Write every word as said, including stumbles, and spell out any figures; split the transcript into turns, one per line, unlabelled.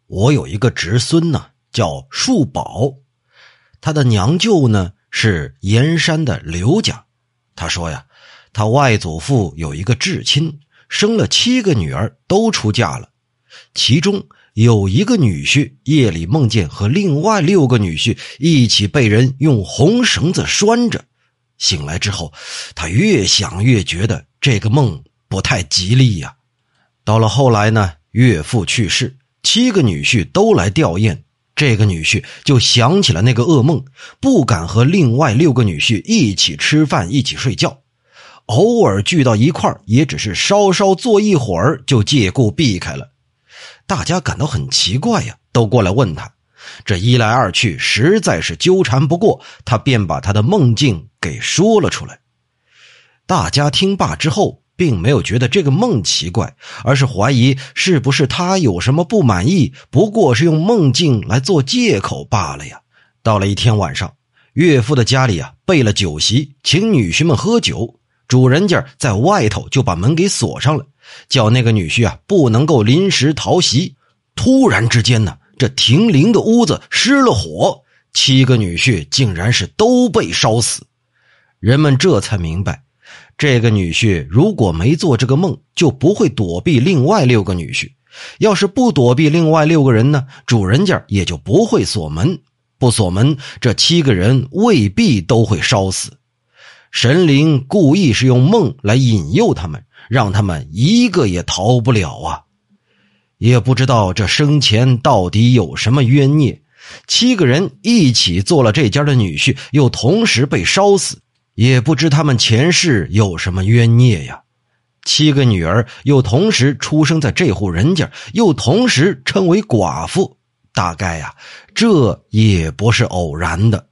我有一个侄孙呢，叫树宝，他的娘舅呢是盐山的刘家。他说呀，他外祖父有一个至亲，生了七个女儿，都出嫁了。其中有一个女婿夜里梦见和另外六个女婿一起被人用红绳子拴着。醒来之后，他越想越觉得这个梦不太吉利呀。到了后来呢，岳父去世，七个女婿都来吊唁，这个女婿就想起了那个噩梦，不敢和另外六个女婿一起吃饭一起睡觉，偶尔聚到一块儿也只是稍稍坐一会儿就借故避开了。大家感到很奇怪呀，都过来问他，这一来二去实在是纠缠不过，他便把他的梦境给说了出来。大家听罢之后并没有觉得这个梦奇怪，而是怀疑是不是他有什么不满意，不过是用梦境来做借口罢了呀。到了一天晚上，岳父的家里啊备了酒席，请女婿们喝酒，主人家在外头就把门给锁上了，叫那个女婿啊不能够临时逃席。突然之间呢，这停灵的屋子失了火，七个女婿竟然是都被烧死。人们这才明白，这个女婿如果没做这个梦，就不会躲避另外六个女婿，要是不躲避另外六个人呢，主人家也就不会锁门，不锁门，这七个人未必都会烧死。神灵故意是用梦来引诱他们，让他们一个也逃不了啊。也不知道这生前到底有什么冤孽，七个人一起做了这家的女婿，又同时被烧死，也不知他们前世有什么冤孽呀。七个女儿又同时出生在这户人家，又同时称为寡妇，大概呀，这也不是偶然的。